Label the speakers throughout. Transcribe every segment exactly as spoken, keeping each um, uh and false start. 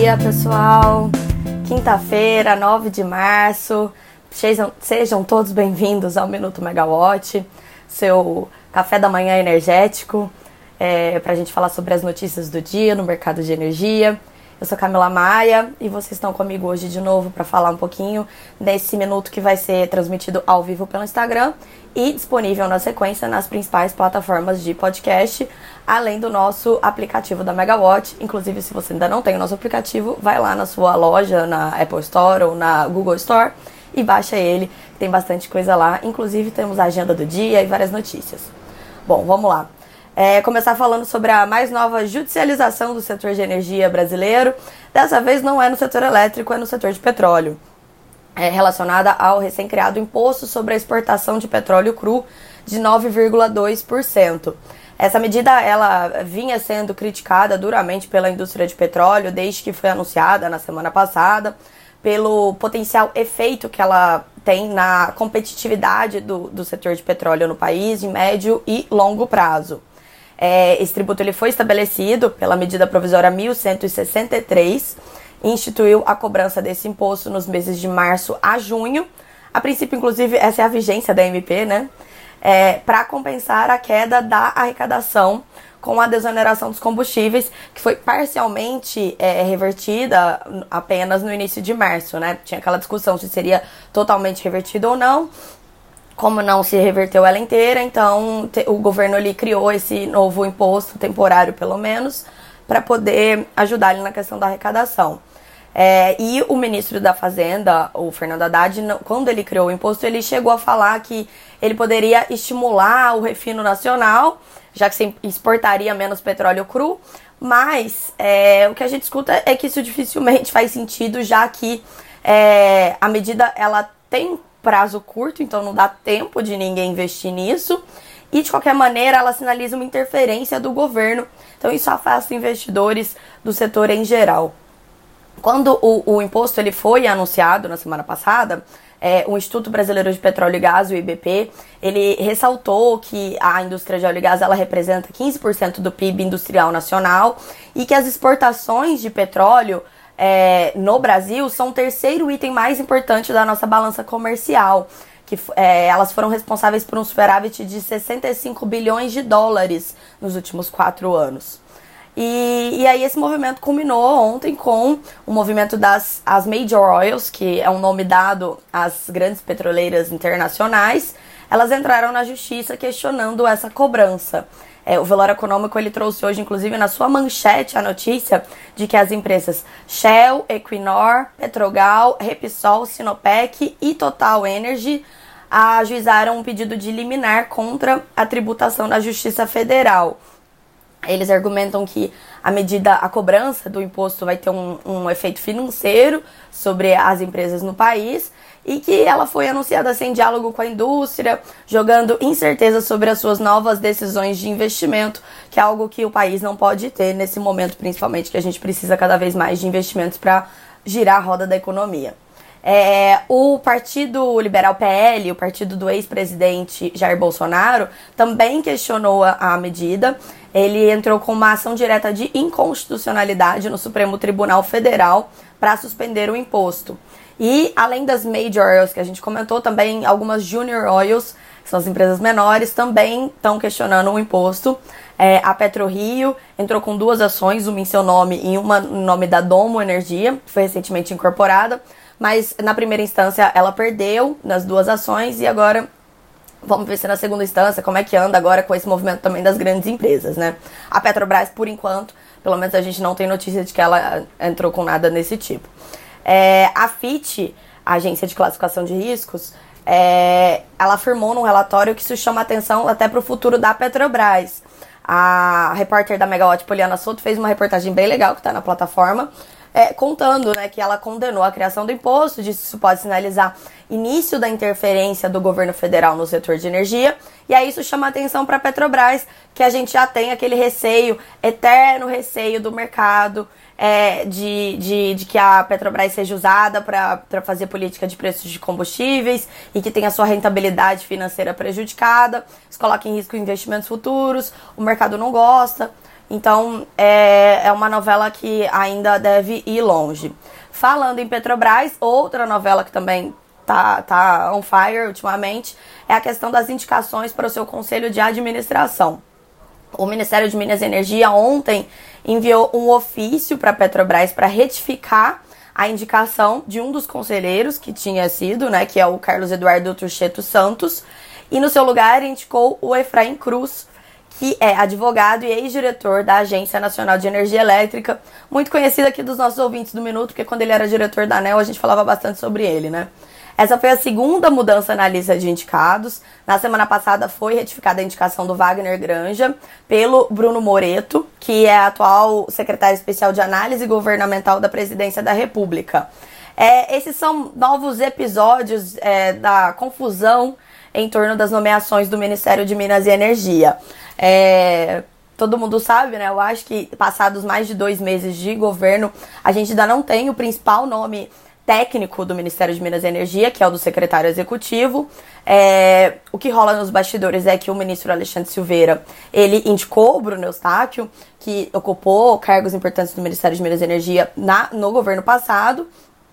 Speaker 1: dia, pessoal! Quinta-feira, nove de março. Sejam, sejam todos bem-vindos ao Minuto Megawatt, seu café da manhã energético, é, para a gente falar sobre as notícias do dia no mercado de energia. Eu sou Camila Maia e vocês estão comigo hoje de novo para falar um pouquinho desse minuto que vai ser transmitido ao vivo pelo Instagram e disponível na sequência nas principais plataformas de podcast, além do nosso aplicativo da Megawatt. Inclusive, se você ainda não tem o nosso aplicativo, vai lá na sua loja, na Apple Store ou na Google Store e baixa ele, tem bastante coisa lá. Inclusive, temos a agenda do dia e várias notícias. Bom, vamos lá. É, começar falando sobre a mais nova judicialização do setor de energia brasileiro. Dessa vez não é no setor elétrico, é no setor de petróleo. É relacionada ao recém-criado imposto sobre a exportação de petróleo cru de nove vírgula dois por cento. Essa medida ela vinha sendo criticada duramente pela indústria de petróleo desde que foi anunciada na semana passada, pelo potencial efeito que ela tem na competitividade do, do setor de petróleo no país em médio e longo prazo. É, esse tributo ele foi estabelecido pela medida provisória mil cento e sessenta e três e instituiu a cobrança desse imposto nos meses de março a junho. A princípio, inclusive, essa é a vigência da M P, né? É, para compensar a queda da arrecadação com a desoneração dos combustíveis, que foi parcialmente é, revertida apenas no início de março, né? Tinha aquela discussão se seria totalmente revertido ou não. Como não se reverteu ela inteira, então te, o governo ali criou esse novo imposto, temporário pelo menos, para poder ajudar ele na questão da arrecadação. É, e o ministro da Fazenda, o Fernando Haddad, não, quando ele criou o imposto, ele chegou a falar que ele poderia estimular o refino nacional, já que se exportaria menos petróleo cru, mas é, o que a gente escuta é que isso dificilmente faz sentido, já que é, a medida ela tem prazo curto, então não dá tempo de ninguém investir nisso, e de qualquer maneira ela sinaliza uma interferência do governo, então isso afasta investidores do setor em geral. Quando o, o imposto ele foi anunciado na semana passada, é, o Instituto Brasileiro de Petróleo e Gás, o I B P, ele ressaltou que a indústria de óleo e gás ela representa quinze por cento do P I B industrial nacional e que as exportações de petróleo É, no Brasil, são o terceiro item mais importante da nossa balança comercial, que é, elas foram responsáveis por um superávit de sessenta e cinco bilhões de dólares nos últimos quatro anos. E, e aí esse movimento culminou ontem com o movimento das as Major Oils, que é um nome dado às grandes petroleiras internacionais. Elas entraram na justiça questionando essa cobrança. É, o Valor Econômico ele trouxe hoje, inclusive, na sua manchete a notícia de que as empresas Shell, Equinor, Petrogal, Repsol, Sinopec e Total Energy ajuizaram um pedido de liminar contra a tributação na Justiça Federal. Eles argumentam que a medida, a cobrança do imposto vai ter um, um efeito financeiro sobre as empresas no país e que ela foi anunciada sem diálogo com a indústria, jogando incerteza sobre as suas novas decisões de investimento, que é algo que o país não pode ter nesse momento, principalmente que a gente precisa cada vez mais de investimentos para girar a roda da economia. É, o Partido Liberal P L, o partido do ex-presidente Jair Bolsonaro, também questionou a, a medida. Ele entrou com uma ação direta de inconstitucionalidade no Supremo Tribunal Federal para suspender o imposto. E além das Major Oils que a gente comentou, também algumas Junior Oils, que são as empresas menores, também estão questionando o imposto. É, a PetroRio entrou com duas ações, uma em seu nome e uma em nome da Domo Energia, que foi recentemente incorporada. Mas na primeira instância ela perdeu nas duas ações e agora vamos ver se na segunda instância como é que anda agora com esse movimento também das grandes empresas, né? A Petrobras, por enquanto, pelo menos a gente não tem notícia de que ela entrou com nada desse tipo. É, a Fitch, a agência de classificação de riscos, é, ela afirmou num relatório que isso chama atenção até para o futuro da Petrobras. A repórter da Megawatt, Poliana Souto, fez uma reportagem bem legal que está na plataforma, É, contando, né, que ela condenou a criação do imposto, disse que isso pode sinalizar início da interferência do governo federal no setor de energia, e aí isso chama atenção para a Petrobras, que a gente já tem aquele receio, eterno receio do mercado, é, de, de, de que a Petrobras seja usada para fazer política de preços de combustíveis e que tenha sua rentabilidade financeira prejudicada, isso coloca em risco investimentos futuros, o mercado não gosta. Então, é, é uma novela que ainda deve ir longe. Falando em Petrobras, outra novela que também tá, tá on fire ultimamente é a questão das indicações para o seu conselho de administração. O Ministério de Minas e Energia ontem enviou um ofício para a Petrobras para retificar a indicação de um dos conselheiros que tinha sido, né, que é o Carlos Eduardo Turcheto Santos, e no seu lugar indicou o Efraim Cruz, que é advogado e ex-diretor da Agência Nacional de Energia Elétrica, muito conhecido aqui dos nossos ouvintes do Minuto, porque quando ele era diretor da ANEEL a gente falava bastante sobre ele, né? Essa foi a segunda mudança na lista de indicados. Na semana passada foi retificada a indicação do Wagner Granja pelo Bruno Moreto, que é atual secretário especial de análise governamental da Presidência da República. É, esses são novos episódios é, da confusão em torno das nomeações do Ministério de Minas e Energia. É, todo mundo sabe, né? Eu acho que passados mais de dois meses de governo, a gente ainda não tem o principal nome técnico do Ministério de Minas e Energia, que é o do secretário executivo. É, o que rola nos bastidores é que o ministro Alexandre Silveira, ele indicou o Bruno Eustáquio, que ocupou cargos importantes do Ministério de Minas e Energia na, no governo passado.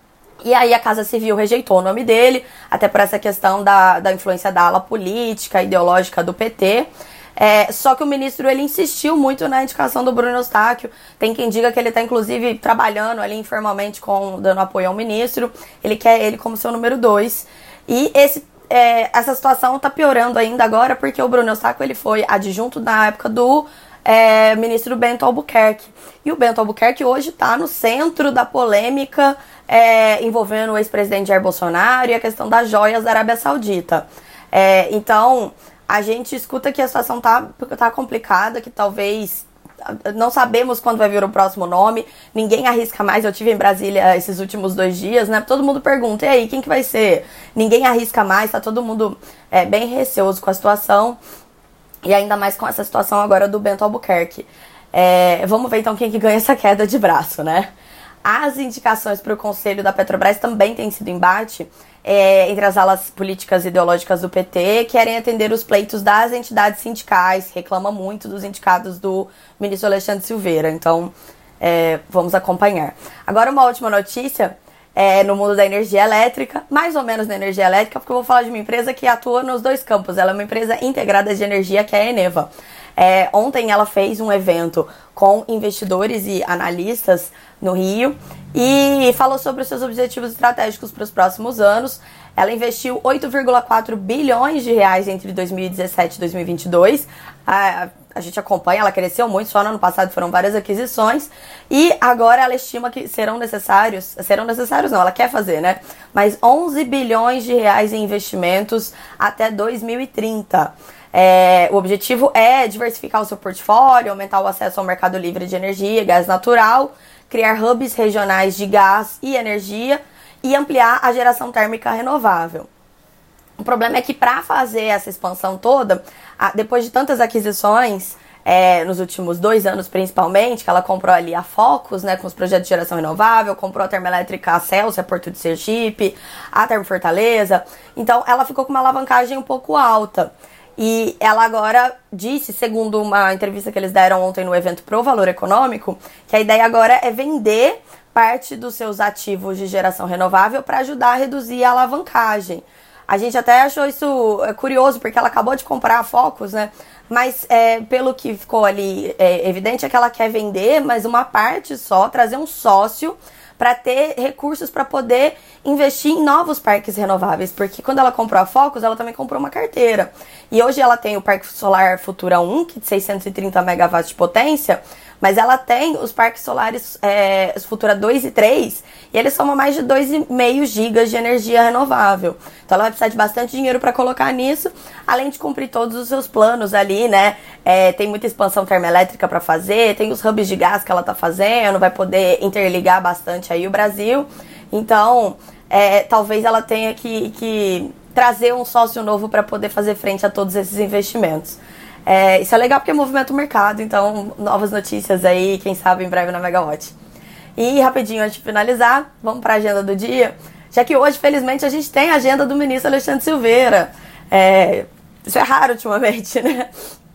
Speaker 1: E aí a Casa Civil rejeitou o nome dele, até por essa questão da, da influência da ala política, ideológica do P T. É, só que o ministro, ele insistiu muito na indicação do Bruno Eustáquio. Tem quem diga que ele está, inclusive, trabalhando ali informalmente, com, dando apoio ao ministro. Ele quer ele como seu número dois. E esse, é, essa situação está piorando ainda agora, porque o Bruno Eustáquio, ele foi adjunto na época do é, ministro Bento Albuquerque. E o Bento Albuquerque hoje está no centro da polêmica é, envolvendo o ex-presidente Jair Bolsonaro e a questão das joias da Arábia Saudita. É, então, a gente escuta que a situação tá, tá complicada, que talvez não sabemos quando vai vir o próximo nome, ninguém arrisca mais. Eu tive em Brasília esses últimos dois dias, né? Todo mundo pergunta, e aí, quem que vai ser? Ninguém arrisca mais, tá todo mundo é, bem receoso com a situação, e ainda mais com essa situação agora do Bento Albuquerque. É, vamos ver então quem que ganha essa queda de braço, né? As indicações para o Conselho da Petrobras também têm sido embate é, entre as alas políticas e ideológicas do P T, querem atender os pleitos das entidades sindicais, reclama muito dos indicados do ministro Alexandre Silveira. Então, é, vamos acompanhar. Agora, uma última notícia é, no mundo da energia elétrica, mais ou menos na energia elétrica, porque eu vou falar de uma empresa que atua nos dois campos. Ela é uma empresa integrada de energia, que é a Eneva. É, ontem ela fez um evento com investidores e analistas no Rio e falou sobre os seus objetivos estratégicos para os próximos anos. Ela investiu oito vírgula quatro bilhões de reais entre dois mil e dezessete e dois mil e vinte e dois. A, a gente acompanha, ela cresceu muito, só no ano passado foram várias aquisições e agora ela estima que serão necessários, serão necessários não, ela quer fazer, né? Mas onze bilhões de reais em investimentos até dois mil e trinta. É, o objetivo é diversificar o seu portfólio, aumentar o acesso ao mercado livre de energia e gás natural, criar hubs regionais de gás e energia e ampliar a geração térmica renovável. O problema é que para fazer essa expansão toda, depois de tantas aquisições, é, nos últimos dois anos principalmente, que ela comprou ali a Focus, né, com os projetos de geração renovável, comprou a termoelétrica a Celso, a Porto de Sergipe, a Termo Fortaleza, então ela ficou com uma alavancagem um pouco alta. E ela agora disse, segundo uma entrevista que eles deram ontem no evento Pro Valor Econômico, que a ideia agora é vender parte dos seus ativos de geração renovável para ajudar a reduzir a alavancagem. A gente até achou isso curioso, porque ela acabou de comprar a Focus, né? Mas é, pelo que ficou ali é, evidente é que ela quer vender, mas uma parte só, trazer um sócio para ter recursos para poder investir em novos parques renováveis, porque quando ela comprou a Focus, ela também comprou uma carteira. E hoje ela tem o Parque Solar Futura um, que é de seiscentos e trinta megawatts de potência, mas ela tem os parques solares é, Futura dois e três, e eles somam mais de dois vírgula cinco gigas de energia renovável. Então ela vai precisar de bastante dinheiro para colocar nisso, além de cumprir todos os seus planos ali, né? É, tem muita expansão termoelétrica para fazer, tem os hubs de gás que ela tá fazendo, vai poder interligar bastante aí o Brasil. Então, é, talvez ela tenha que, que trazer um sócio novo para poder fazer frente a todos esses investimentos. É, isso é legal porque movimenta o mercado, então novas notícias aí, quem sabe em breve na Megawatt. E rapidinho, antes de finalizar, vamos para a agenda do dia, já que hoje, felizmente, a gente tem a agenda do ministro Alexandre Silveira. É, isso é raro ultimamente, né?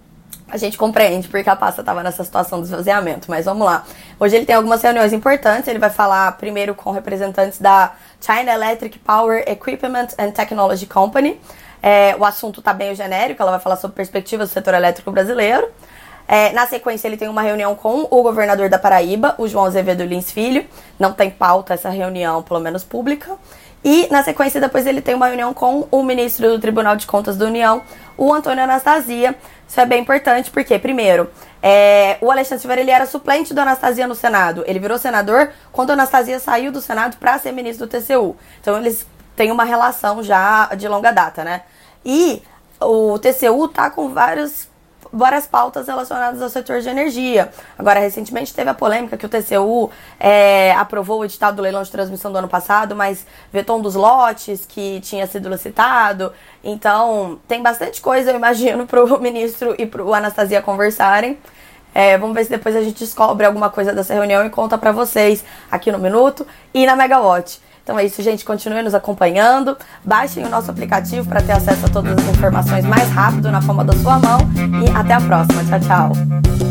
Speaker 1: a gente compreende porque a pasta estava nessa situação de esvaziamento, mas vamos lá. Hoje ele tem algumas reuniões importantes, ele vai falar primeiro com representantes da China Electric Power Equipment and Technology Company. É, o assunto está bem genérico, ela vai falar sobre perspectivas do setor elétrico brasileiro. É, na sequência, ele tem uma reunião com o governador da Paraíba, o João Azevedo Lins Filho. Não tem pauta essa reunião, pelo menos pública. E, na sequência, depois ele tem uma reunião com o ministro do Tribunal de Contas da União, o Antônio Anastasia. Isso é bem importante porque, primeiro, é, o Alexandre Silveira ele era suplente do Anastasia no Senado. Ele virou senador quando o Anastasia saiu do Senado para ser ministro do T C U. Então, eles têm uma relação já de longa data, né? E o T C U tá com vários... várias pautas relacionadas ao setor de energia. Agora, recentemente teve a polêmica que o T C U é, aprovou o edital do leilão de transmissão do ano passado, mas vetou um dos lotes que tinha sido licitado. Então, tem bastante coisa, eu imagino, para o ministro e para o Anastasia conversarem. É, vamos ver se depois a gente descobre alguma coisa dessa reunião e conta para vocês aqui no Minuto e na Megawatt. Então é isso, gente. Continue nos acompanhando. Baixem o nosso aplicativo para ter acesso a todas as informações mais rápido na palma da sua mão. E até a próxima. Tchau, tchau.